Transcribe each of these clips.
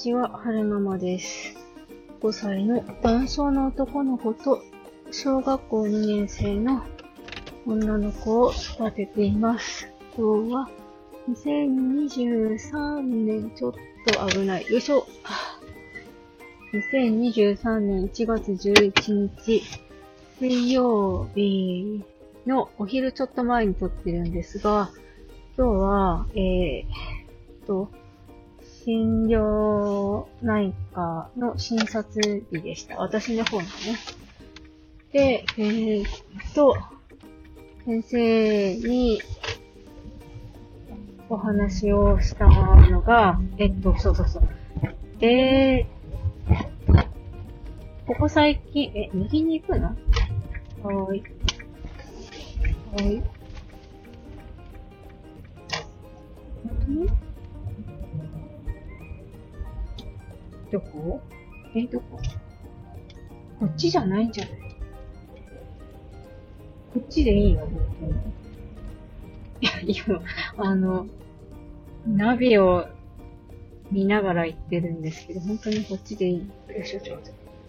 ちは、はるままです。5歳の男性の男の子と小学校2年生の女の子を育てています。今日は2023年ちょっと危ない。よいしょ。2023年1月11日水曜日のお昼ちょっと前に撮ってるんですが、今日は、心療内科の診察日でした。私の方のね。で、先生にお話をしたのが、ここ最近、右に行くの？はーい。どこ？どこ？こっちじゃないんじゃない？こっちでいいの？本当に。いや、今、ナビを見ながら行ってるんですけど、本当にこっちでいいの？よいしょ、ちょっと。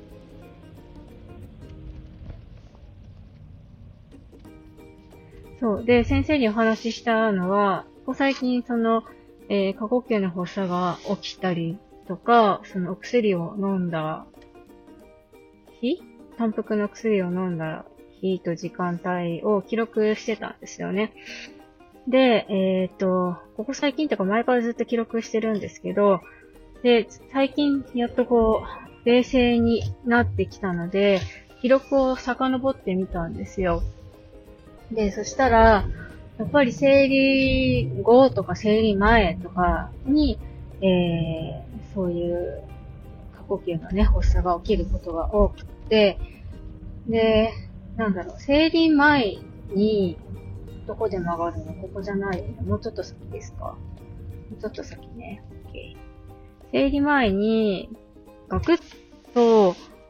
そう。で、先生にお話ししたのは、ここ最近過呼吸の発作が起きたりとか、そのお薬を飲んだ日、反復の薬を飲んだ日と時間帯を記録してたんですよね。で、ここ最近とか前からずっと記録してるんですけど、で、最近やっと冷静になってきたので、記録を遡ってみたんですよ。で、そしたら、やっぱり生理後とか生理前とかに、そういう過呼吸のね、発作が起きることが多くて、で、生理前に、どこで曲がるの？ここじゃないよね。もうちょっと先ですか？もうちょっと先ね。OK。生理前に、ガクッと、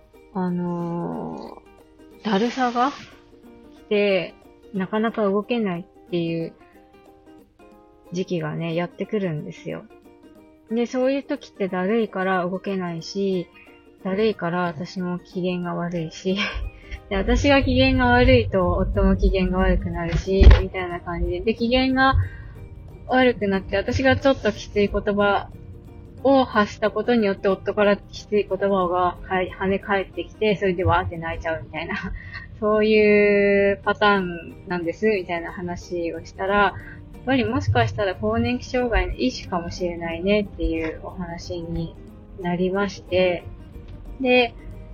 だるさが来て、なかなか動けないっていう時期がね、やってくるんですよ。で、そういう時ってだるいから動けないし、だるいから私も機嫌が悪いし、で、私が機嫌が悪いと夫も機嫌が悪くなるし、みたいな感じで。で、機嫌が悪くなって、私がちょっときつい言葉を発したことによって夫からきつい言葉が跳ね返ってきて、それでわーって泣いちゃうみたいな、そういうパターンなんです、みたいな話をしたら、やっぱりもしかしたら更年期障害の一種かもしれないねっていうお話になりまして、で、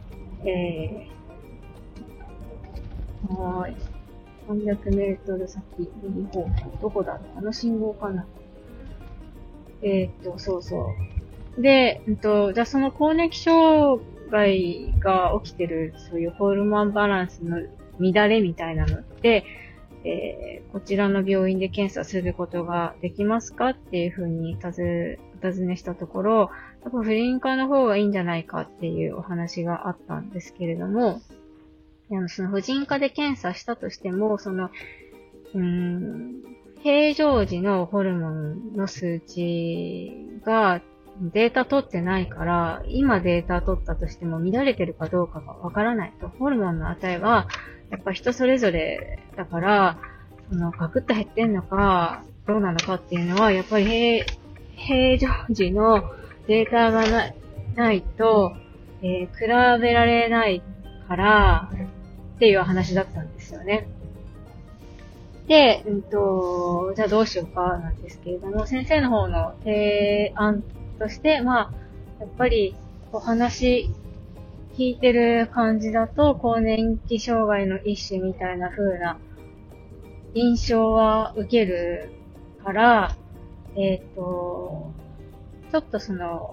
はーい。300メートル先、右方向。どこだろう？あの信号かな？そうそう。で、じゃあその更年期障害が起きてる、そういうホルモンバランスの乱れみたいなのって、こちらの病院で検査することができますかっていうふうにお尋ねしたところ、多分婦人科の方がいいんじゃないかっていうお話があったんですけれども、その婦人科で検査したとしても、平常時のホルモンの数値がデータ取ってないから、今データ取ったとしても乱れてるかどうかがわからないと。ホルモンの値は、やっぱ人それぞれだから、ガクッと減ってんのか、どうなのかっていうのは、やっぱり平常時のデータがないと、比べられないから、っていう話だったんですよね。で、じゃあどうしようかなんですけれども、先生の方の提案として、やっぱりお話聞いてる感じだと、更年期障害の一種みたいな風な印象は受けるから、ちょっと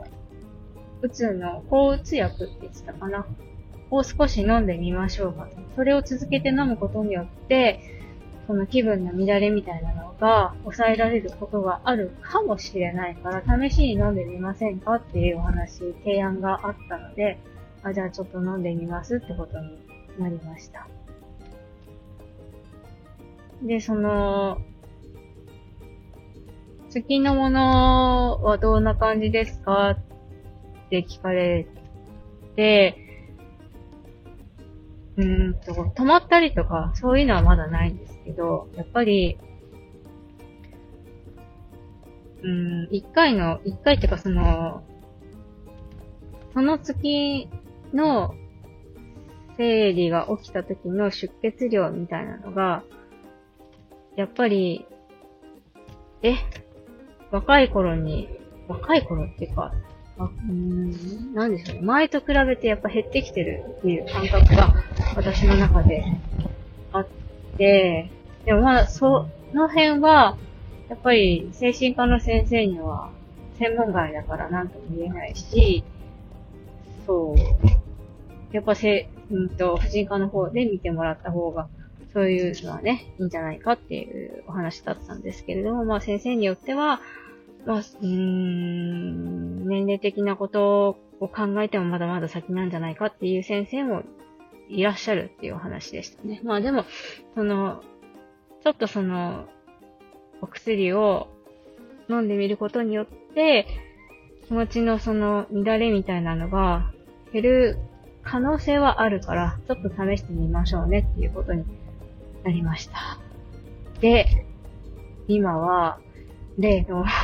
抗うつ薬って言ってたかなを少し飲んでみましょうかと。それを続けて飲むことによって、その気分の乱れみたいなのが抑えられることがあるかもしれないから、試しに飲んでみませんかっていうお話、提案があったので、じゃあちょっと飲んでみますってことになりました。で、月のものはどんな感じですかっって聞かれて、止まったりとか、そういうのはまだないんですけど、やっぱり、一回っていうかその月の生理が起きた時の出血量みたいなのが、やっぱり、若い頃っていうか、なんでしょうね。前と比べてやっぱ減ってきてるっていう感覚が私の中であって、でもまあ、その辺は、やっぱり精神科の先生には専門外だからなんとも言えないし、そう。やっぱ婦人科の方で見てもらった方が、そういうのはね、いいんじゃないかっていうお話だったんですけれども、まあ先生によっては、まあ、年齢的なことを考えてもまだまだ先なんじゃないかっていう先生もいらっしゃるっていうお話でしたね。まあでも、ちょっとお薬を飲んでみることによって、気持ちの乱れみたいなのが減る可能性はあるから、ちょっと試してみましょうねっていうことになりました。で、今は、例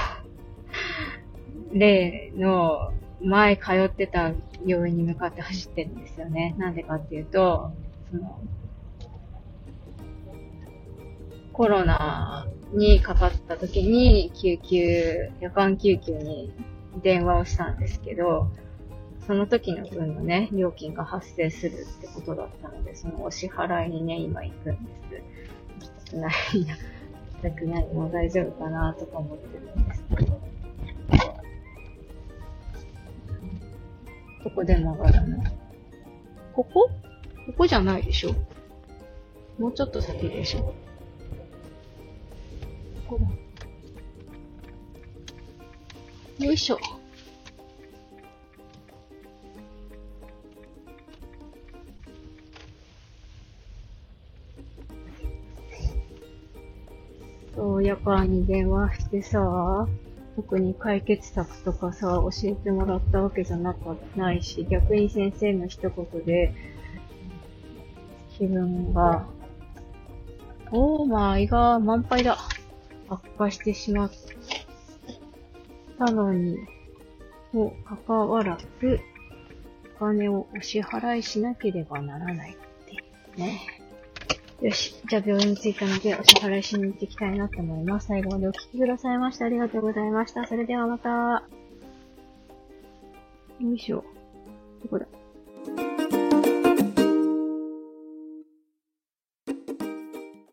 の前通ってた病院に向かって走ってるんですよね。なんでかっていうと、コロナにかかった時に夜間救急に電話をしたんですけど、その時の分のね、料金が発生するってことだったので、そのお支払いにね、今行くんです。行きたくない、もう大丈夫かなとか思ってるんですけど。どこで曲がるの？ここじゃないでしょ？もうちょっと先でしょ？ここだ。よいしょ。そう、夜間に電話してさ、特に解決策とかさ、教えてもらったわけじゃないし、逆に先生の一言で、気分が、胃が満杯だ。悪化してしまったのに、もかかわらず、お金をお支払いしなければならないってね。よし。じゃあ病院に着いたのでお支払いしに行ってきたいなと思います。最後までお聞きくださいましてありがとうございました。それではまた。よいしょ。どこだ？